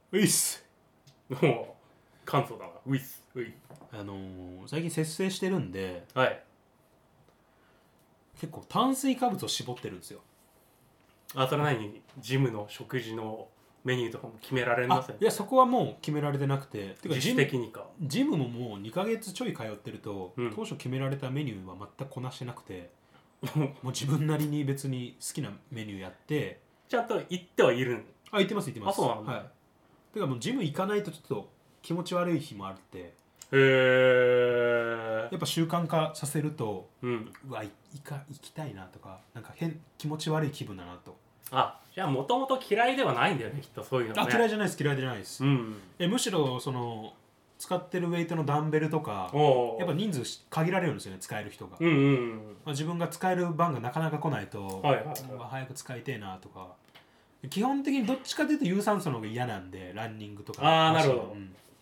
ウィスもう簡素だな。ウィスウィ。 最近節制してるんで、 はい。 結構炭水化物を絞ってるんですよ。 あ、それ何？ジムの食事のメニューとかも決められますよね。 いやそこはもう決められてなくて、てか自主的にか。 ジムももう2ヶ月ちょい通ってると、 うん当初決められたメニューは全くこなしてなくてもう自分なりに別に好きなメニューやって。 ちゃんと行ってはいるん。 行ってます行ってます。 あ、そうなんだ。 はい。てかもうジム行かないとちょっと気持ち悪い日もあるって。 へえ。 やっぱ習慣化させると、 うん。 うわ行きたいなとか、なんか気持ち悪い気分だなと。 あ、じゃあもともと嫌いではないんだよね、きっとそういうのね。 嫌いじゃないです、嫌いじゃないです、 うん。 むしろその使ってるウェイトのダンベルとかおやっぱ人数限られるんですよね、使える人が、 うんうんうん。 自分が使える番がなかなか来ないと、 はいはいはい。 早く使いてえなとか。基本的にどっちかというと有酸素の方が嫌なんで、ランニングとか。 ああ、なるほど。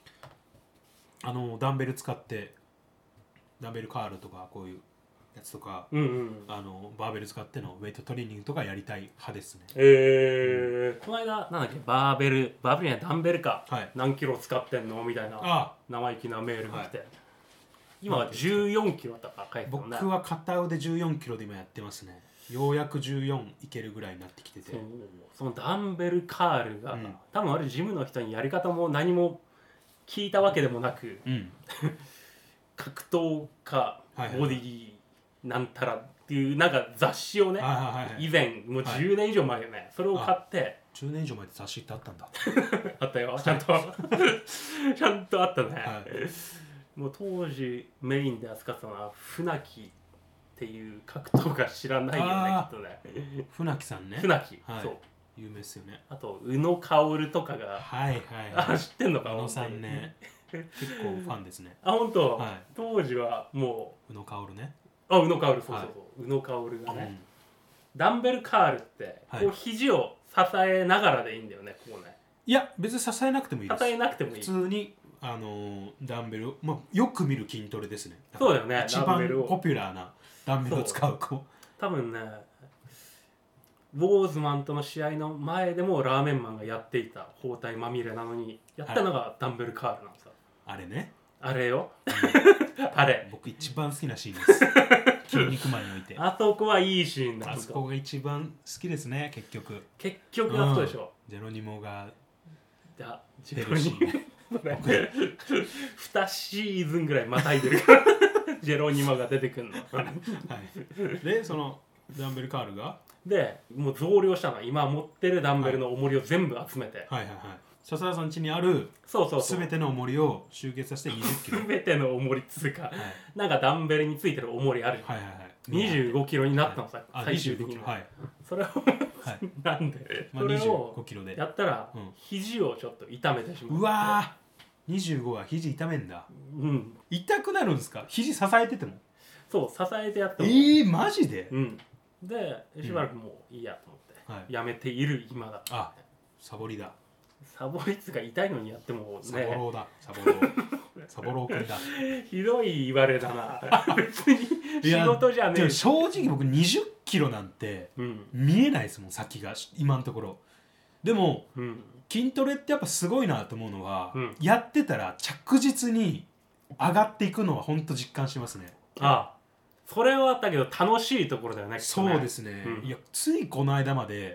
ダンベル使ってダンベルカールとかこういうやつとか、 うんうん。 バーベル使ってのウェイトトレーニングとかやりたい派ですね。 この間なんだっけ、バーベルじゃないダンベルか、 はい、 何キロ使ってんのみたいな生意気なメールが来て、今は14キロとか書いてたもんね。 僕は片腕14キロで今やってますね。ようやく14いけるぐらいになってきてて、 そのダンベルカールが、多分あれジムの人にやり方も何も聞いたわけでもなく、格闘家ボディなんたらっていうなんか雑誌をね、以前もう10年以上前よね、それを買って。 10年以上前で雑誌ってあったんだあったよ、ちゃんとちゃんとあったね、もう当時メインで扱ってたのは船木っていう格闘家知らないよね、きっとね。 船木さんね。 船木、そう有名ですよね。 あと宇野薫とかが、知ってんのかな。 宇野さんね、結構ファンですね。 あ、本当。当時はもう宇野薫ね。 宇野薫、そうそうそう、宇野薫がね、ダンベルカールってこう肘を支えながらでいいんだよね、こうね。 いや別に支えなくてもいいです。 支えなくてもいい。 普通にダンベル、よく見る筋トレですね。 そうだよね。 一番ポピュラーなダンベルを使う子。 多分ね、ウォーズマンとの試合の前でもラーメンマンがやっていた包帯まみれなのにやったのがダンベルカールなんさ。 あれね。 あれよ。あれ。 僕一番好きなシーンです。筋肉マンにおいて。 あそこはいいシーンだ。 あそこが一番好きですね、結局。 あそこでしょ。 ジェロニモが出るシーン。2シーズンぐらいまたいでるからジェロニモが出てくるの。 でそのダンベルカールがでもう増量したの。今持ってるダンベルの重りを全部集めて、 笹田さん家にある全ての重りを集結させて20キロ。 全ての重りつうか、なんかダンベルについてる重りある。25キロになったのさ、最終的に。それをなんでそれをやったら肘をちょっと痛めてしまう。 うわー、25は肘痛めんだ。痛くなるんですか、肘支えてても。 そう、支えてやっても。 マジで。 でしばらくもういいやと思ってやめている今だ。 あ、サボりだ。 サボりつが痛いのにやってもね。 サボローだ、サボロー。サボローくんだ。 ひどい言われだな。別に仕事じゃねえ。 正直僕20キロなんて見えないですもん、先が今のところ。でも、筋トレってやっぱすごいなと思うのは、やってたら着実に上がっていくのは本当実感しますね。 それはあったけど楽しいところだよね。 そうですね。いやついこの間まで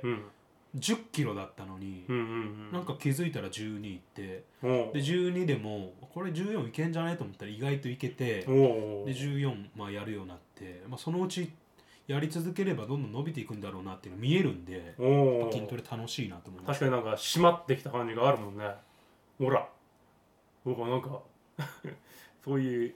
10キロだったのに、なんか気づいたら12いって、で12でもこれ14いけんじゃないと思ったら意外といけて、で14やるようになって、そのうちやり続ければどんどん伸びていくんだろうなっていうの見えるんで、筋トレ楽しいなと思います。 確かになんか締まってきた感じがあるもんね。ほら僕はなんかそういう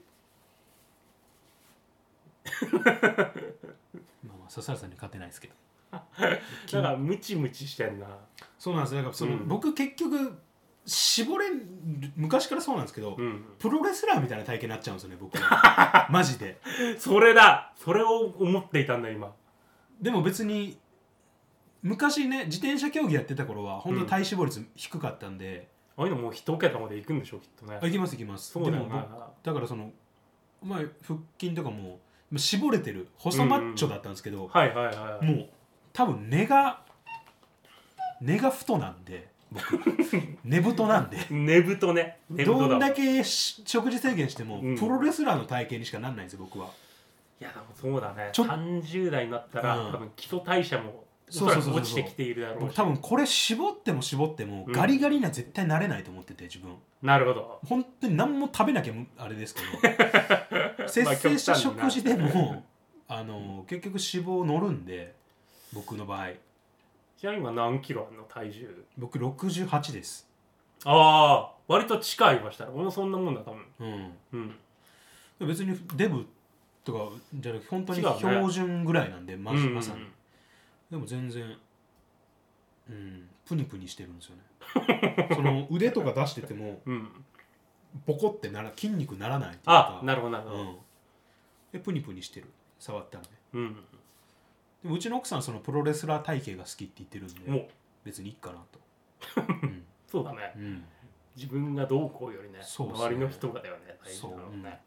笹原さんに勝てないですけどなんかムチムチしてんな。 そうなんです。だから僕結局絞れん、昔からそうなんですけど、プロレスラーみたいな体型になっちゃうんですよね、僕は。マジでそれだ、それを思っていたんだ今。 でも別に昔ね、自転車競技やってた頃は本当体脂肪率低かったんで、 ああいうのもう一桁までいくんでしょきっとね。 いきますいきます。そうだよね。だからその腹筋とかも絞れてる細マッチョだったんですけど、もう多分根が太なんで僕寝太なんで寝太ね。 どんだけ食事制限しても、プロレスラーの体型にしかなんないんですよ僕は。 いやでもそうだね。30代になったら、多分基礎代謝もおそらく落ちてきているだろうし、 多分これ絞ってもガリガリには絶対なれないと思ってて自分。 なるほど。 本当に何も食べなきゃあれですけど節制した食事でも結局脂肪乗るんで僕の場合。 じゃあ今何キロあんの体重？ 僕68です。 ああ、割と近いましたら俺もそんなもんだ多分。 別にデブとかじゃなくて本当に標準ぐらいなんで、まさに。でも全然プニプニしてるんですよねその腕とか出してても、ボコって筋肉ならないっていうか。 あ、なるほどなるほど。 でプニプニしてる触ったらね。でもうちの奥さんそのプロレスラー体型が好きって言ってるんで別にいいかなとそうだね、自分がどうこうよりね、周りの人がだよね、大事なのね。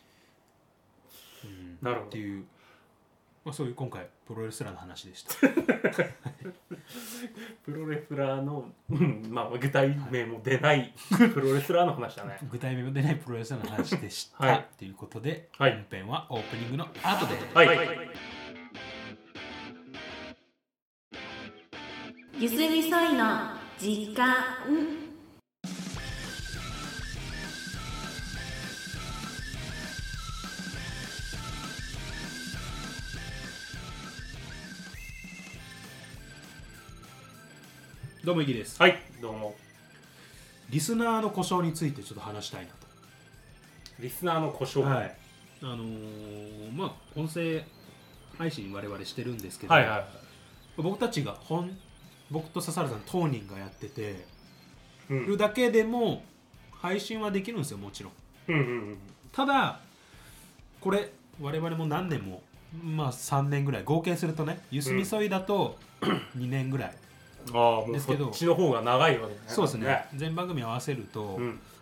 なるほどっていう、そういう今回プロレスラーの話でしたプロレスラーの、具体名も出ないプロレスラーの話だね具体名も出ないプロレスラーの話でした、ということで、本編はオープニングの後で。 ゆすみそいの時間。 どうもイギです。 はい、どうも。 リスナーの故障についてちょっと話したいなと。 リスナーの故障。 はい。音声配信我々してるんですけど、僕たちが僕と笹原さん当人がやっててるだけでも配信はできるんですよ、もちろん。ただこれ我々も何年も3年ぐらい合計するとね、ゆすみそいだと2年ぐらいですけど、そっちの方が長いわけね。 そうですね。全番組合わせると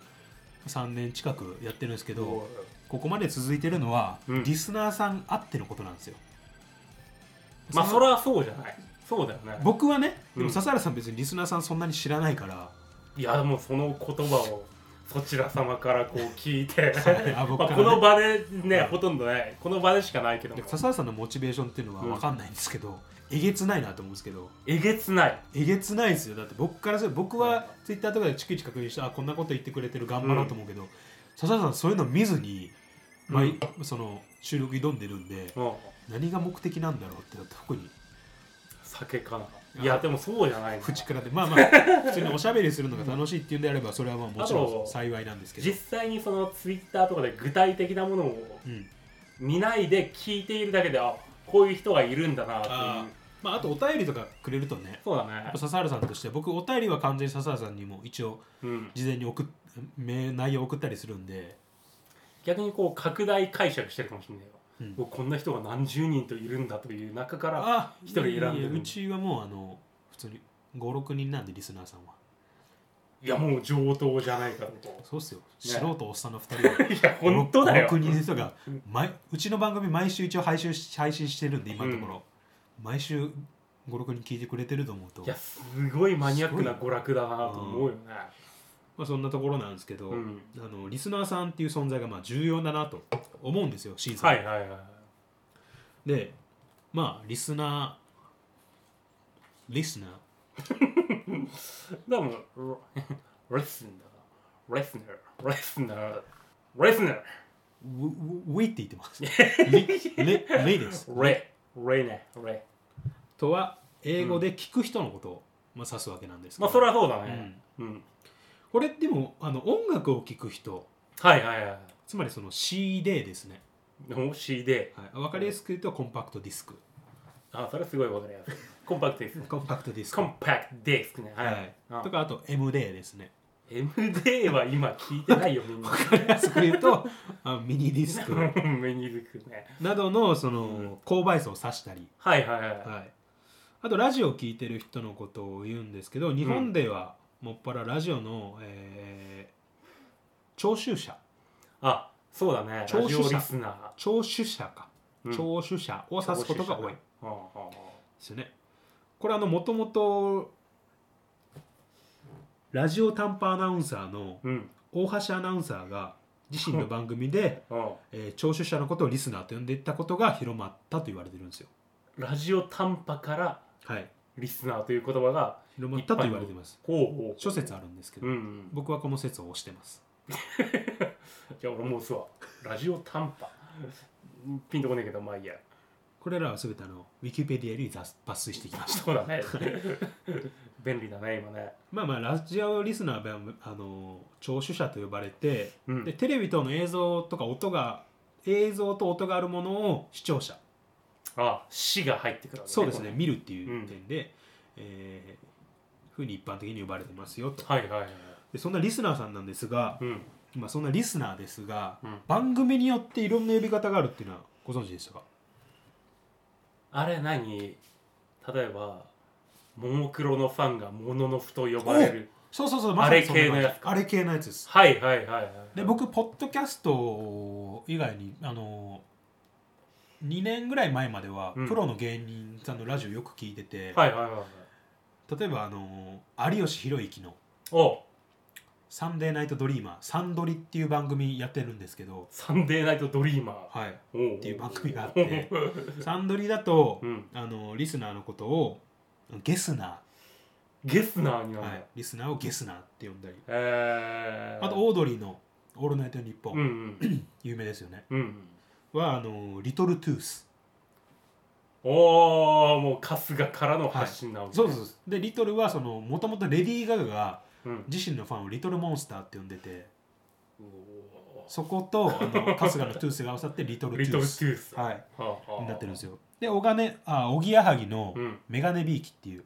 3年近くやってるんですけど、ここまで続いてるのはリスナーさんあってのことなんですよ。 それはそうじゃない。そうだよね。 僕はね、でも笹原さん別にリスナーさんそんなに知らないから。 いや、でもその言葉をそちら様からこう聞いてこの場でね、ほとんどね、この場でしかないけども、 笹原さんのモチベーションっていうのは分かんないんですけど、えげつないなと思うんですけど。 えげつないですよ。だって僕からすると、僕はツイッターとかでチクチク確認してこんなこと言ってくれてる、頑張ろうと思うけど、笹原さんそういうの見ずにその収録挑んでるんで、何が目的なんだろうって特に酒かな。いやでもそうじゃないの。 口からで普通におしゃべりするのが楽しいっていうんであればそれはもちろん幸いなんですけど、 実際にそのツイッターとかで具体的なものを見ないで聞いているだけで、こういう人がいるんだなっていう。 あとお便りとかくれるとね、 そうだね。やっぱ笹原さんとしては僕お便りは完全に笹原さんにも一応事前に内容を送ったりするんで、 逆にこう拡大解釈してるかもしれないよ。こんな人が何十人といるんだという中から一人選んでる。 うちはもう普通に 5,6 人なんで、リスナーさんは。 いやもう上等じゃないかと。 そうっすよ、素人おっさんの2人はいや本当だよ。 5,6 人の人がうちの番組毎週一応配信してるんで、今のところ、毎週 5,6 人聞いてくれてると思うと、 いやすごいマニアックな娯楽だなと思うよね。 そんなところなんですけど、リスナーさんっていう存在が重要だなと思うんですよ、シーズン。で、リスナーでもリスナーウィって言ってます。レです。 レね。 とは英語で聞く人のことを指すわけなんですけど、 それはそうだね。 これでも音楽を聴く人、つまりその CD ですね。 CD、 分かりやすく言うとコンパクトディスク。 それすごい分かりやすい。コンパクトディスク。 コンパクトディスクね。とかあと MD ですね。 MD は今聞いてないよみんな。 分かりやすく言うとミニディスクね、 などのその高倍数を指したり、あとラジオを聞いてる人のことを言うんですけど、日本ではもっぱらラジオの、聴取者。 そうだね。ラジオリスナー。 聴取者を指すことが多いですよね。これもともとラジオ短波アナウンサーの大橋アナウンサーが自身の番組で、聴取者のことをリスナーと呼んでいったことが広まったと言われてるんですよ。 ラジオ短波からリスナーという言葉が広まったと言われてます。諸説あるんですけど、僕はこの説を推してます。 じゃあ俺もうすわ。ラジオ短波ピンとこねえけどまあいいや。 これらは全てウィキペディアより抜粋してきました。 そうだね便利だね今ね。 まあラジオリスナーは聴取者と呼ばれて、でテレビ等の映像と音があるものを視聴者、 視が入ってくるわけね。 そうですね、見るっていう点で、ふうに一般的に呼ばれてますよと。でそんなリスナーさんなんですが、そんなリスナーですが、番組によっていろんな呼び方があるっていうのはご存知でしたか？ あれ何？例えばももクロのファンがモノノフと呼ばれる。 そう、 ま、あれ系のやつ。 あれ系のやつです。で僕ポッドキャスト以外に2年ぐらい前まではプロの芸人さんのラジオよく聞いてて、例えば有吉弘行のサンデーナイトドリーマー、サンドリっていう番組やってるんですけど、 サンデーナイトドリーマーっていう番組があってサンドリだと、リスナーのことをゲスナーになる、 リスナーをゲスナーって呼んだり、あとオードリーのオールナイトニッポン、有名ですよね、はリトルトゥース。 もう春日からの発信なわけ、 そうでリトルはもともとレディー・ガガが自身のファンをリトルモンスターって呼んでて、そこと春日のトゥースが合わさってリトルトゥースになってるんですよ。でおぎやはぎのメガネビーキっていう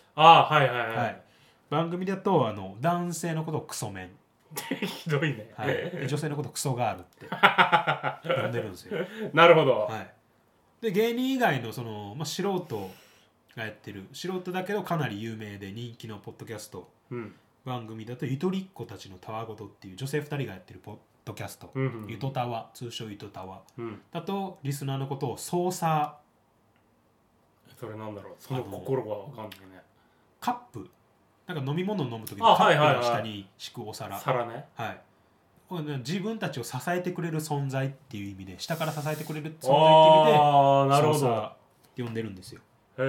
番組だと男性のことをクソメンひどいね、 女性のことをクソガールって呼んでるんですよ。 なるほど。 で芸人以外の素人がやってる、素人だけどかなり有名で人気のポッドキャスト、番組だとゆとりっ子たちのたわごとっていう女性2人がやってるポッドキャスト、ゆとたわ、通称ゆとたわ、だとリスナーのことをソーサー、それなんだろう、その心が分かんないね。 カップ、なんか飲み物を飲む時にカップの下に敷くお皿、 ね、 自分たちを支えてくれる存在っていう意味で、下から支えてくれる存在っていう意味でソーサーって呼んでるんですよ。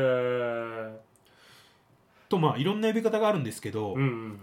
といろんな呼び方があるんですけど、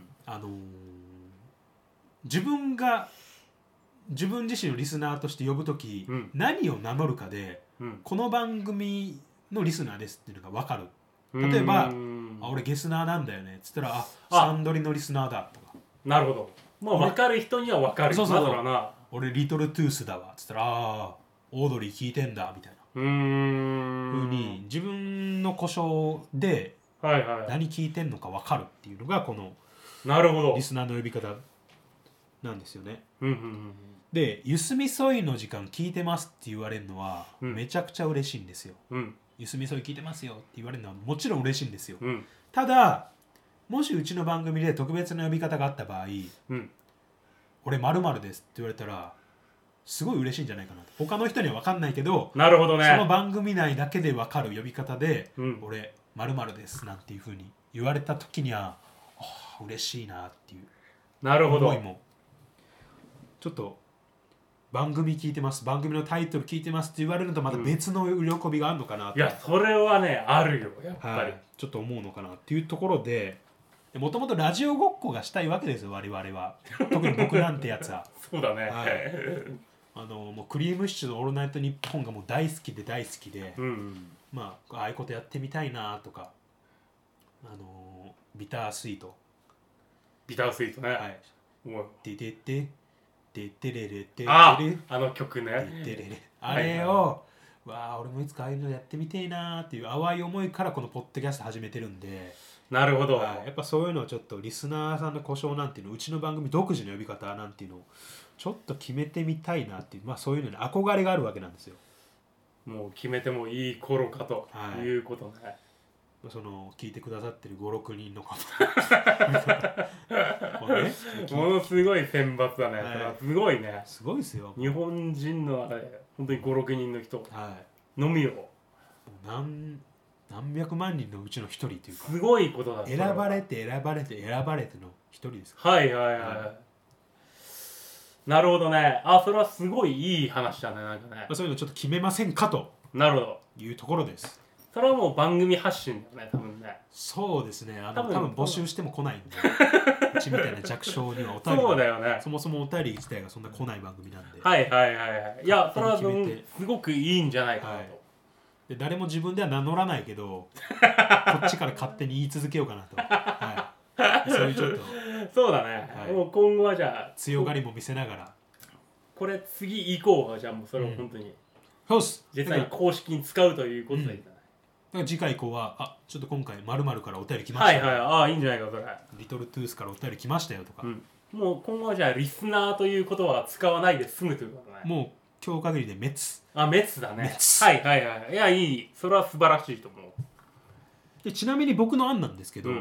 自分自身のリスナーとして呼ぶとき、何を名乗るかで、この番組のリスナーですっていうのが分かる。例えば俺ゲスナーなんだよねっつったらサンドリのリスナーだとか。なるほど。分かる人には分かる。 俺リトルトゥースだわっつったらオードリー聞いてんだみたいなふうに自分の故障で何聞いてんのか分かるっていうのがこのリスナーの呼び方なんですよね。でゆすみそいの時間聞いてますって言われるのはめちゃくちゃ嬉しいんですよ。ゆすみそい聞いてますよって言われるのはもちろん嬉しいんですよ。ただもしうちの番組で特別な呼び方があった場合、俺〇〇ですって言われたらすごい嬉しいんじゃないかなと。他の人には分かんないけど、 なるほどね、 その番組内だけで分かる呼び方で、俺〇〇ですなんていう風に言われた時には嬉しいなっていう思いも、ちょっと番組聞いてます、番組のタイトル聞いてますって言われるとまた別の喜びがあるのかなと、 いやそれはねあるよやっぱり、 ちょっと思うのかなっていうところで、もともとラジオごっこがしたいわけですよ我々は。特に僕なんてやつはそうだね、 もうクリームシチューのオールナイトニッポンがもう大好きで、ああいうことやってみたいなとか、ビタースイートね、 でででででれれででれ、 あの曲ね、 でれれ、あれを俺もいつかああいうのやってみてえなっていう淡い思いからこのポッドキャスト始めてるんで。 なるほど、 やっぱそういうのをちょっとリスナーさんの故障なんていうの、うちの番組独自の呼び方なんていうのをちょっと決めてみたいなっていう、そういうのに憧れがあるわけなんですよ。 もう決めてもいい頃かということね、 その聞いてくださってる 5,6 人の方ものすごい選抜だね、すごいね、 すごいですよ。 日本人の本当に 5,6 人の人のみを何百万人のうちの一人というか、 すごいことだ。 選ばれての一人です。 はいはいはい、はい、なるほどね。それはすごいいい話だね。なんかね、 そういうのちょっと決めませんかとなるほどいうところです。 それはもう番組発信だよね、多分ね。 そうですね。多分募集しても来ないんでうちみたいな弱小にはお便りそうだよね。 そもそもお便り自体がそんな来ない番組なんで。 はいはいはいはい。いやそれはすごくいいんじゃないかなと、はい、 で誰も自分では名乗らないけどこっちから勝手に言い続けようかなと、はい、そういうちょっとそうだね、はい、もう今後はじゃあ強がりも見せながらこれ次以降はじゃあもうそれを本当に、 そうっす。 実際に公式に使うということでいいんじゃない、 だから次回以降はちょっと今回〇〇からお便り来ました、 はいはい、いいんじゃないかそれ。 リトルトゥースからお便り来ましたよとか、 もう今後はじゃあリスナーということは使わないで済むということね。 もう今日限りで滅。 滅だね。はいはいはい。いやいい。それは素晴らしいと思う。 でちなみに僕の案なんですけど、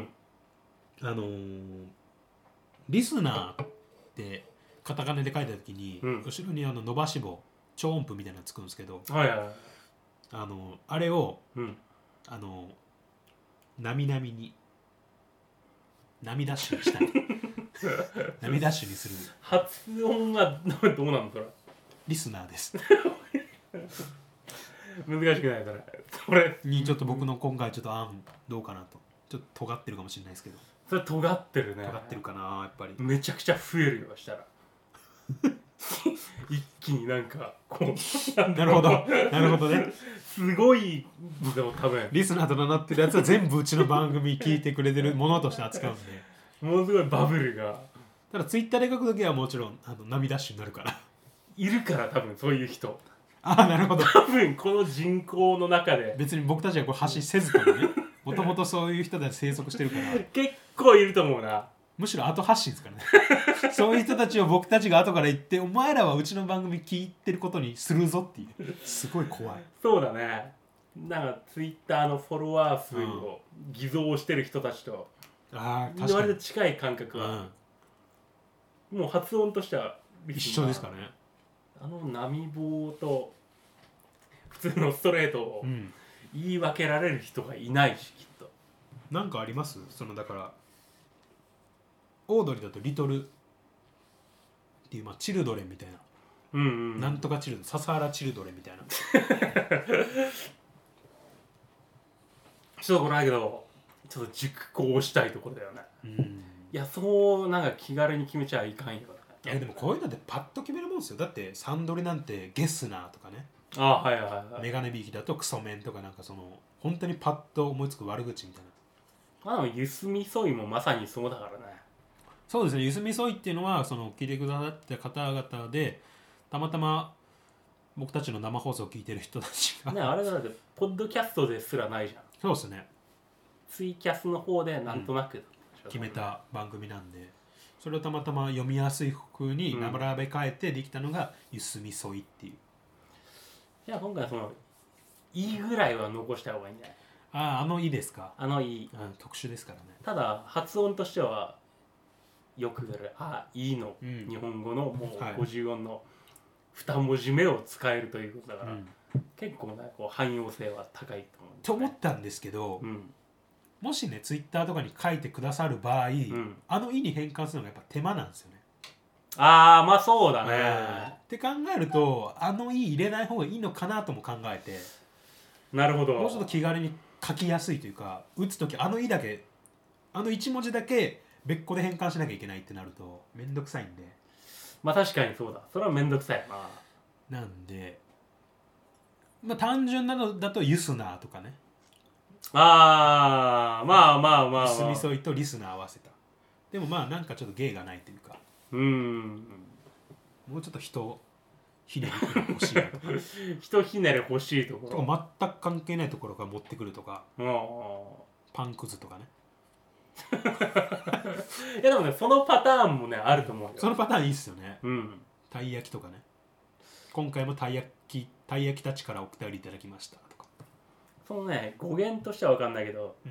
リスナーってカタカナで書いた時に、後ろに伸ばし棒超音符みたいなのつくんですけど、 はいはいはい、 あれを、なみなみにナミダッシュにしたいナミダッシュにする。 発音はどうなのそれ。 リスナーです難しくないそれにちょっと僕の今回ちょっと案どうかなと。ちょっと尖ってるかもしれないですけど。 それ尖ってるね。 尖ってるかなやっぱり。 めちゃくちゃ増えるよしたら一気になんかこうなるほどなるほどね。 すごいでも多分リスナーと名乗ってるやつは全部うちの番組聞いてくれてるものとして扱うんでものすごいバブルが。 ただツイッターで書くときはもちろんナミダッシュになるからいるから多分そういう人。 なるほど。 多分この人口の中で別に僕たちはこれ発信せずともねもともとそういう人たち生息してるから結構いると思うな。 むしろ後発信ですからねそういう人たちを僕たちが後から言ってお前らはうちの番組聞いてることにするぞっていうすごい怖い。 そうだね。なんかツイッターのフォロワー数を偽造してる人たちと割と近い感覚は、もう発音としては一緒ですかね。 波棒と普通のストレートを言い分けられる人がいないし、きっと。 なんかあります？だからオードリーだとリトルっていう、チルドレンみたいな、なんとかチルドレン、笹原チルドレンみたいなちょっとこれだけどちょっと熟考したいところだよね。いやそうなんか気軽に決めちゃいかんよ。 いやでもこういうのってパッと決めるもんですよ。だってサンドリなんてゲスナーとかね、 はいはいはい、 メガネビーキだとクソメンとかなんか本当にパッと思いつく悪口みたいな。 でもゆすみそいもまさにそうだからね。 そうですね。ゆすみそいっていうのは聞いてくださった方々でたまたま僕たちの生放送を聞いてる人たちがね、あれだってポッドキャストですらないじゃん。 そうですね。 ツイキャスの方でなんとなく、 決めた番組なんで、それをたまたま読みやすい風に並べ替えてできたのがゆすみそいっていう。 じゃあ今回いいぐらいは残した方がいいんじゃない？ いいですか。 いい、 特殊ですからね。 ただ発音としてはよく出るいいの、日本語のもう50音の2文字目を使えるということだから、結構ね汎用性は高いと思うんですね。 と思ったんですけど、もしねツイッターとかに書いてくださる場合、意に変換するのがやっぱ手間なんですよね。 まあそうだね。 って考えると意入れない方がいいのかなとも考えて。 なるほど。 もうちょっと気軽に書きやすいというか、打つ時意だけ1文字だけ別個で変換しなきゃいけないってなるとめんどくさいんで。 まあ確かにそうだ。それはめんどくさいな。なんで単純なのだとユスナーとかね。 まあゆすみそいとリスナー合わせた。でもなんかちょっと芸がないというか、もうちょっと人ひねり欲しいなとか人ひねり欲しいところ全く関係ないところから持ってくるとか、パンくずとかねいやでもねそのパターンもねあると思うよ。 そのパターンいいっすよね。たい焼きとかね。今回もたい焼きたちからお便りいただきましたとか。 そのね語源としては分かんないけど、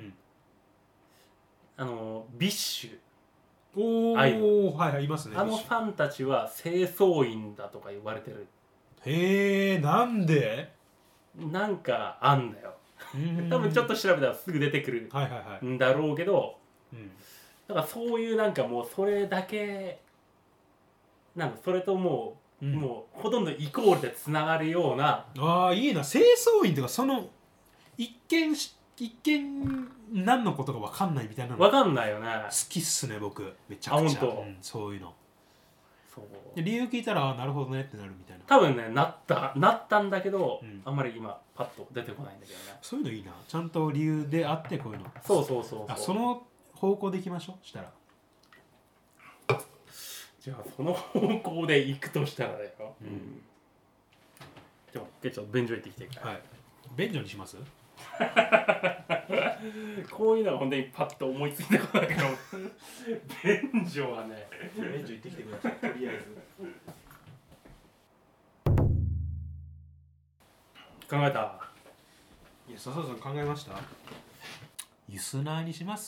ビッシュはいいますね。 ファンたちは清掃員だとか呼ばれてる。 へえ、なんで？ なんかあんだよ多分ちょっと調べたらすぐ出てくるんだろうけど、 だからそういうなんかもうそれだけなんかそれともう、もうほとんどイコールでつながるような。 ああいいな。清掃員とかその一見何のことか分かんないみたいなの分かんないよね。 好きっすね僕めちゃくちゃ。そういうの。そうで理由聞いたらなるほどねってなるみたいな。 多分ねなったんだけど、あんまり今パッと出てこないんだけどね。 そういうのいいな。ちゃんと理由であってこういうの。 そうあその方向でいきましょうしたら。 じゃあその方向で行くとしたらだよ。じゃあちょっと便所行ってきてから。はい。 便所にします？ こういうのは本当にパッと思いついたことだけど便所はね。 便所行ってきてください。とりあえず。 考えた。 いや笹田さん考えました？ユスナーにします？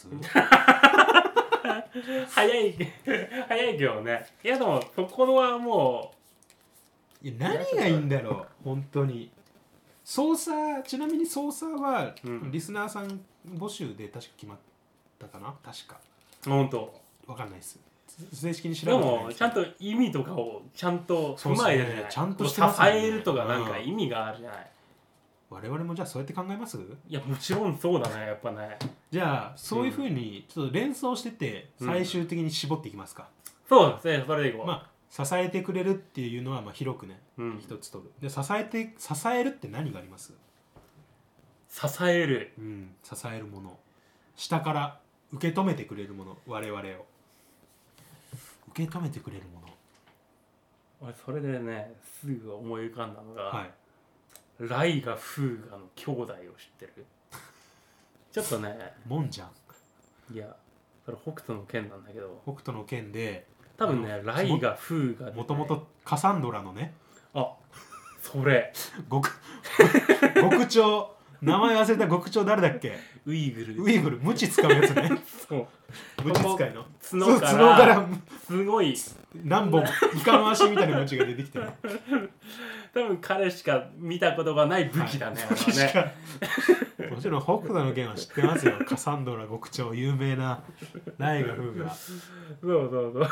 早いけどね。いやでもそこはもういや何がいいんだろう本当に。操作ちなみに操作は、リスナーさん募集で確か決まったかな確か。 本当。 わかんないです。正式に調べてないです。 でもちゃんと意味とかをちゃんと踏まえてね。 ちゃんとしてますね。支えるとかなんか意味があるじゃない。 我々もじゃあそうやって考えます？ いやもちろんそうだねやっぱね。 じゃあそういうふうにちょっと連想してて最終的に絞っていきますか。 そうですねそれでいこう。 まあ支えてくれるっていうのはまあ広くね、一つ取る。で支えるって何があります？ 支える。 支えるもの。下から受け止めてくれるもの。我々を受け止めてくれるもの。 俺それでねすぐ思い浮かんだのが、ライガフーガの兄弟を知ってる？ちょっとねもんじゃん。 いやそれ北斗の拳なんだけど。 北斗の拳で多分ねライガフーガで、ね、 もともとカサンドラのね。 あそれ極長名前忘れた。極長誰だっけ？ ウイグルムチ使うやつね。 そうムチ使いの角からすごい何本イカの足みたいなムチが出てきてる。 多分彼しか見たことがない武器だね、 ね。もちろん北斗の拳は知ってますよ。カサンドラ極長有名なライガフーガ。 そう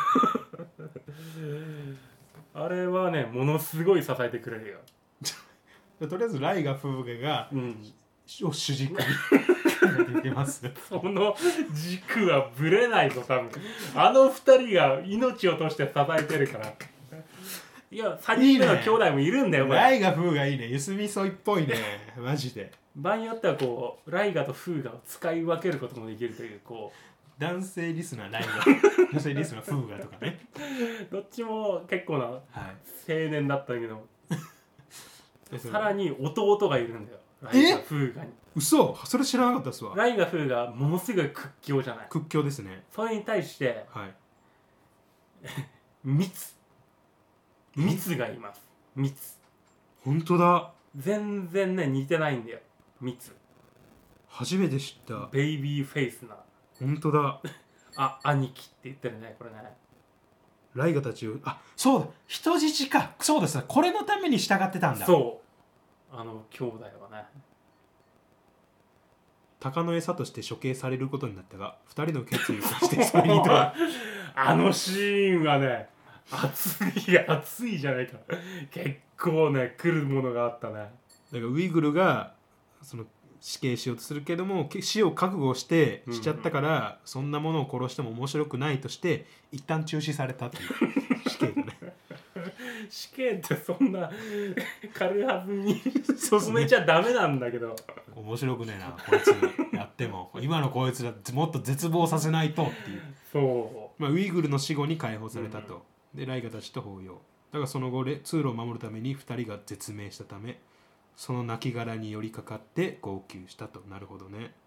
あれはねものすごい支えてくれるよ。 とりあえずライガフーガが、を主軸にいけます。 その軸はぶれないぞ多分。あの二人が命を通して支えてるから。いや3人目の兄弟もいるんだよ。 ライガフーガいいね。ゆすみそいっぽいね。マジで。 場合によってはこうライガとフーガを使い分けることもできるというこう男性リスナーライガ女性リスナーフーガとかね。 どっちも結構な青年だったけど、さらに弟がいるんだよライガフーガに。 嘘それ知らなかったっすわ。 ライガフーガものすごい屈強じゃない。 屈強ですね。 それに対して蜜がいます。蜜。 本当だ。 全然ね似てないんだよ蜜。 初めて知った。 ベイビーフェイスな。 本当だ。 兄貴って言ってるねこれね。 ライガたちをそうだ人質か。そうですこれのために従ってたんだ。 そう兄弟はね。 鷹の餌として処刑されることになったが2人の決意をしてそれにとはあのシーンはね熱いじゃないか。結構ね来るものがあったね。だからウイグルがその死刑しようとするけども死を覚悟してしちゃったから、そんなものを殺しても面白くないとして一旦中止されたっていう死刑がね。 死刑ってそんな軽はずに止めちゃダメなんだけど。 面白くねえなこいつやっても今のこいつらもっと絶望させないとっていう。 そう、 ウイグルの死後に解放されたと。でライガたちと抱擁。だからその後で通路を守るために2人が絶命したためその亡骸に寄りかかって号泣したと。なるほどね。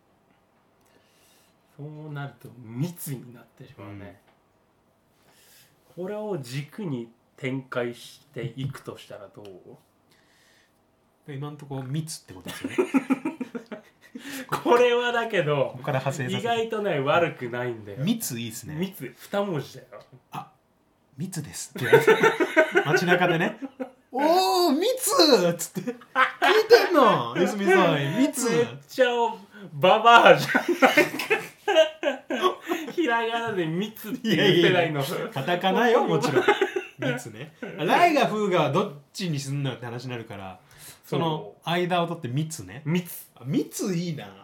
そうなると密になってしまうね、これを軸に展開していくとしたらどう？ 今のところ密ってことですよね。 これはだけどから派生させ意外とね悪くないんだよ。 密いいですね。 密2文字だよ。 密ですって言われて街中でねおー密っつって聞いてんのゆすみさん密めっちゃババアじゃん。開ながらで蜜っていう世代のカタカナよもちろん蜜ね。ライガフーガはどっちにすんのって話になるから、その間を取って蜜ね。蜜いいな。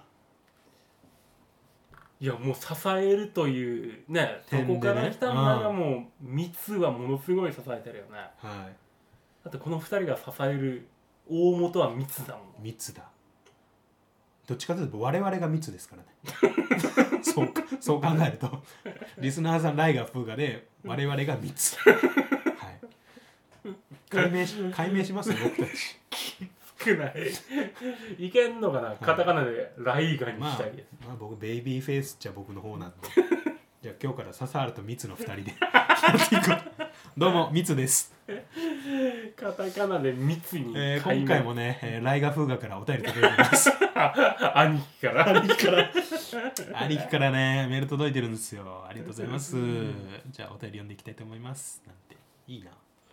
いやもう支えるというね、そこから来たんだがもう蜜はものすごい支えてるよね。はい。だってこの2人が支える大元は蜜だもん。 蜜だ。どっちかというと我々が密ですからねそう考えるとリスナーさんライガフーガで我々が密はい、解明しますよ僕たち。 少ないいけんのかな、カタカナでライガにしたいです。 まあ僕ベイビーフェイスっちゃ僕の方なんでじゃあ今日から笹原と蜜の2人でどうも蜜です。 カタカナで蜜に、 今回もね、ライガフーガからお便り届いてます兄貴からねメール届いてるんですよ。ありがとうございます。じゃあお便り読んでいきたいと思います。なんていいな。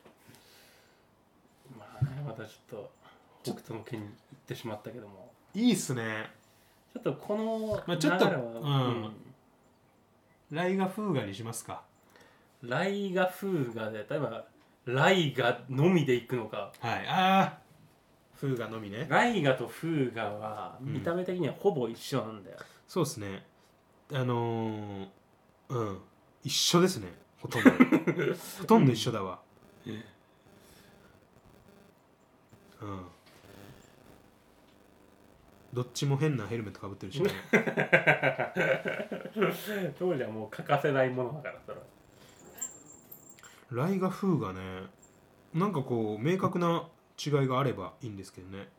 まあね、またちょっと北斗の拳に行ってしまったけども、 いいっすね。 ちょっとこのまあちょっと、ライガフーガにしますか。 ライガフーガで例えばライガのみでいくのか。 はい。ああフーガのみね。 ライガとフーガは見た目的にはほぼ一緒なんだよ。 そうですね。一緒ですね。ほとんどほとんど一緒だわ。どっちも変なヘルメットかぶってるしね当時はもう欠かせないものだからそれ。 ライガフーガね、なんかこう明確な違いがあればいいんですけどね。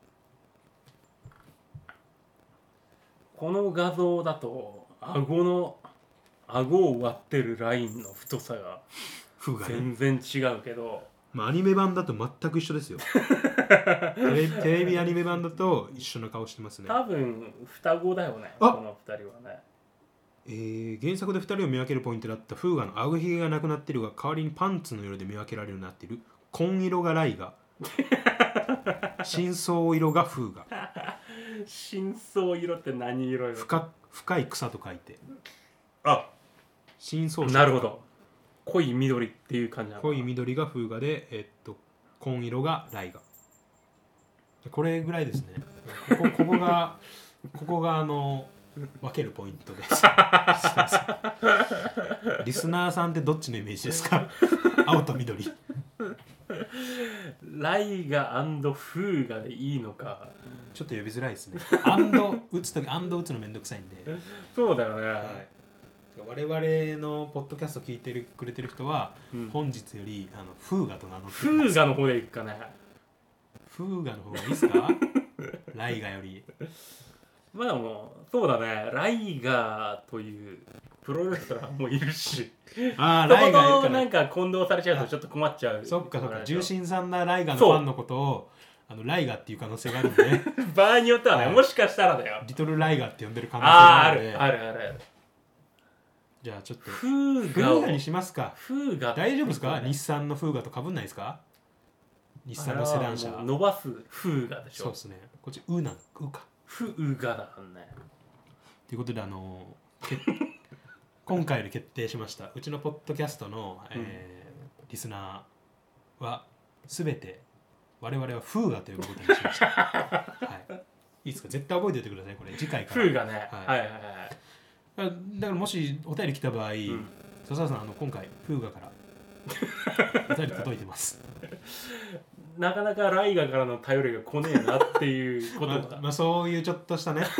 この画像だと顎を割ってるラインの太さが全然違うけど、 まあアニメ版だと全く一緒ですよテレビアニメ版だと一緒の顔してますね。 多分双子だよねこの2人はね。 原作で2人を見分けるポイントだったフーガの顎ひげがなくなっているが代わりにパンツの色で見分けられるようになっている紺色がライガ深層色がフーガ深層色って何色よ。 深い草と書いて深層色。 なるほど。濃い緑っていう感じなのかな。 濃い緑がフーガで、紺色がライガ。これぐらいですね。ここが分けるポイントですリスナーさんってどっちのイメージですか青と緑。 ライガ&フーガでいいのかちょっと呼びづらいですね。アンド打つときアンド打つのめんどくさいんで。 そうだよね、 はい、我々のポッドキャスト聞いてくれてる人は、本日よりフーガと名乗ってます。 フーガの方でいくかね。 フーガの方がいいですかライガより。 まあでもそうだね、ライガというプロレスラーもいるしライガいるからなんか混同されちゃうとちょっと困っちゃう。 そっか重心さんなライガのファンのことをライガっていう可能性があるんで場合によってはね、もしかしたらだよ、 リトルライガって呼んでる可能性があるんで。 ある。 じゃあちょっとフーガにしますか。 フーガ大丈夫ですか、日産のフーガと被んないですか。日産のセダン車伸ばすフーガでしょ。 そうですね。こっちウかフーガだね。 ということで今回で決定しました。うちのポッドキャストの、リスナーは全て我々はフーガということにしました、はい、いいですか。絶対覚えておいてください。これ次回からフーガね、はいだからもしお便り来た場合、笹原さん今回フーガからお便り届いてますなかなかライガからの頼りが来ねえなっていうことがまあそういうちょっとしたね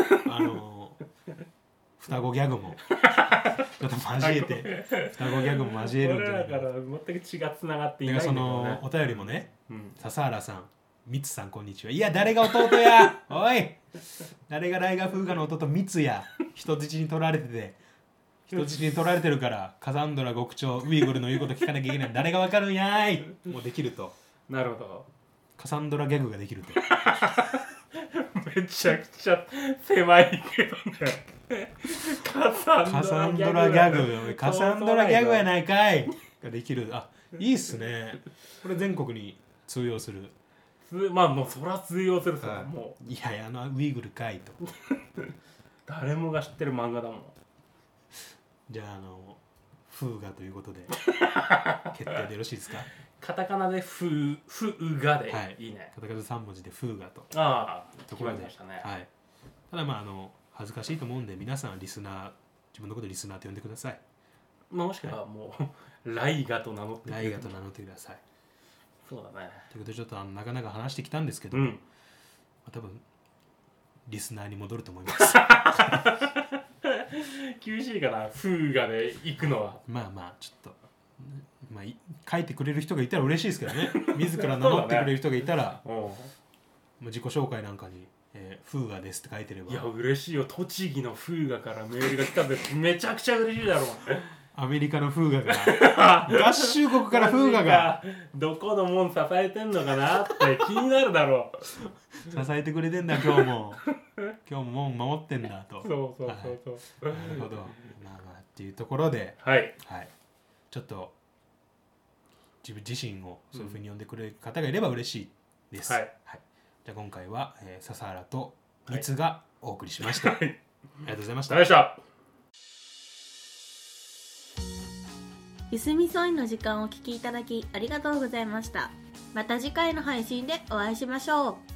双子ギャグもちょっと交えて双子ギャグも交えるんじゃないかな。 俺らから全く血がつながっていないんだけどね。 そのお便りもね、笹原さん、ミツさんこんにちは。いや誰が弟やおい誰がライガフーガの弟ミツや。人質に取られてるからカサンドラ極長ウイグルの言うこと聞かなきゃいけない。誰がわかるんやい。もうできると。 なるほど。 カサンドラギャグができるとめちゃくちゃ狭いけどねカサンドラギャグやないかいができる。いいっすね。これ全国に通用する。 まあもうそら通用するさ、もういやウイグルかいと誰もが知ってる漫画だもん。 じゃあフーガということで決定でよろしいですか。 カタカナでフーガで、はい、いいね。 カタカナ3文字でフーガと。 ああ、ところでましたね。 はい。ただ恥ずかしいと思うんで皆さんはリスナー、自分のことリスナーと呼んでください。 もしくはもう、ライガと名乗ってください。 ライガと名乗ってください。 そうだね。 ということでちょっとなかなか話してきたんですけど、多分リスナーに戻ると思います。 厳しいかな、フーガで行くのは。 ちょっと書いてくれる人がいたら嬉しいですけどね。自ら名乗ってくれる人がいたら、自己紹介なんかに、フーガですって書いてれば。 いや嬉しいよ。栃木のフーガからメールが来たんでめちゃくちゃ嬉しいだろう。 アメリカのフーガが合衆国からフーガがどこの門支えてんのかなって気になるだろう。 支えてくれてんだ今日も門守ってんだと。 そう、 なるほど。っていうところで、ちょっと自分自身をそういうふうに呼んでくれる方がいれば嬉しいです。じゃあ今回は、笹原とミツがお送りしました。ありがとうございました。 ゆすみそいの時間をお聞きいただきありがとうございました。また次回の配信でお会いしましょう。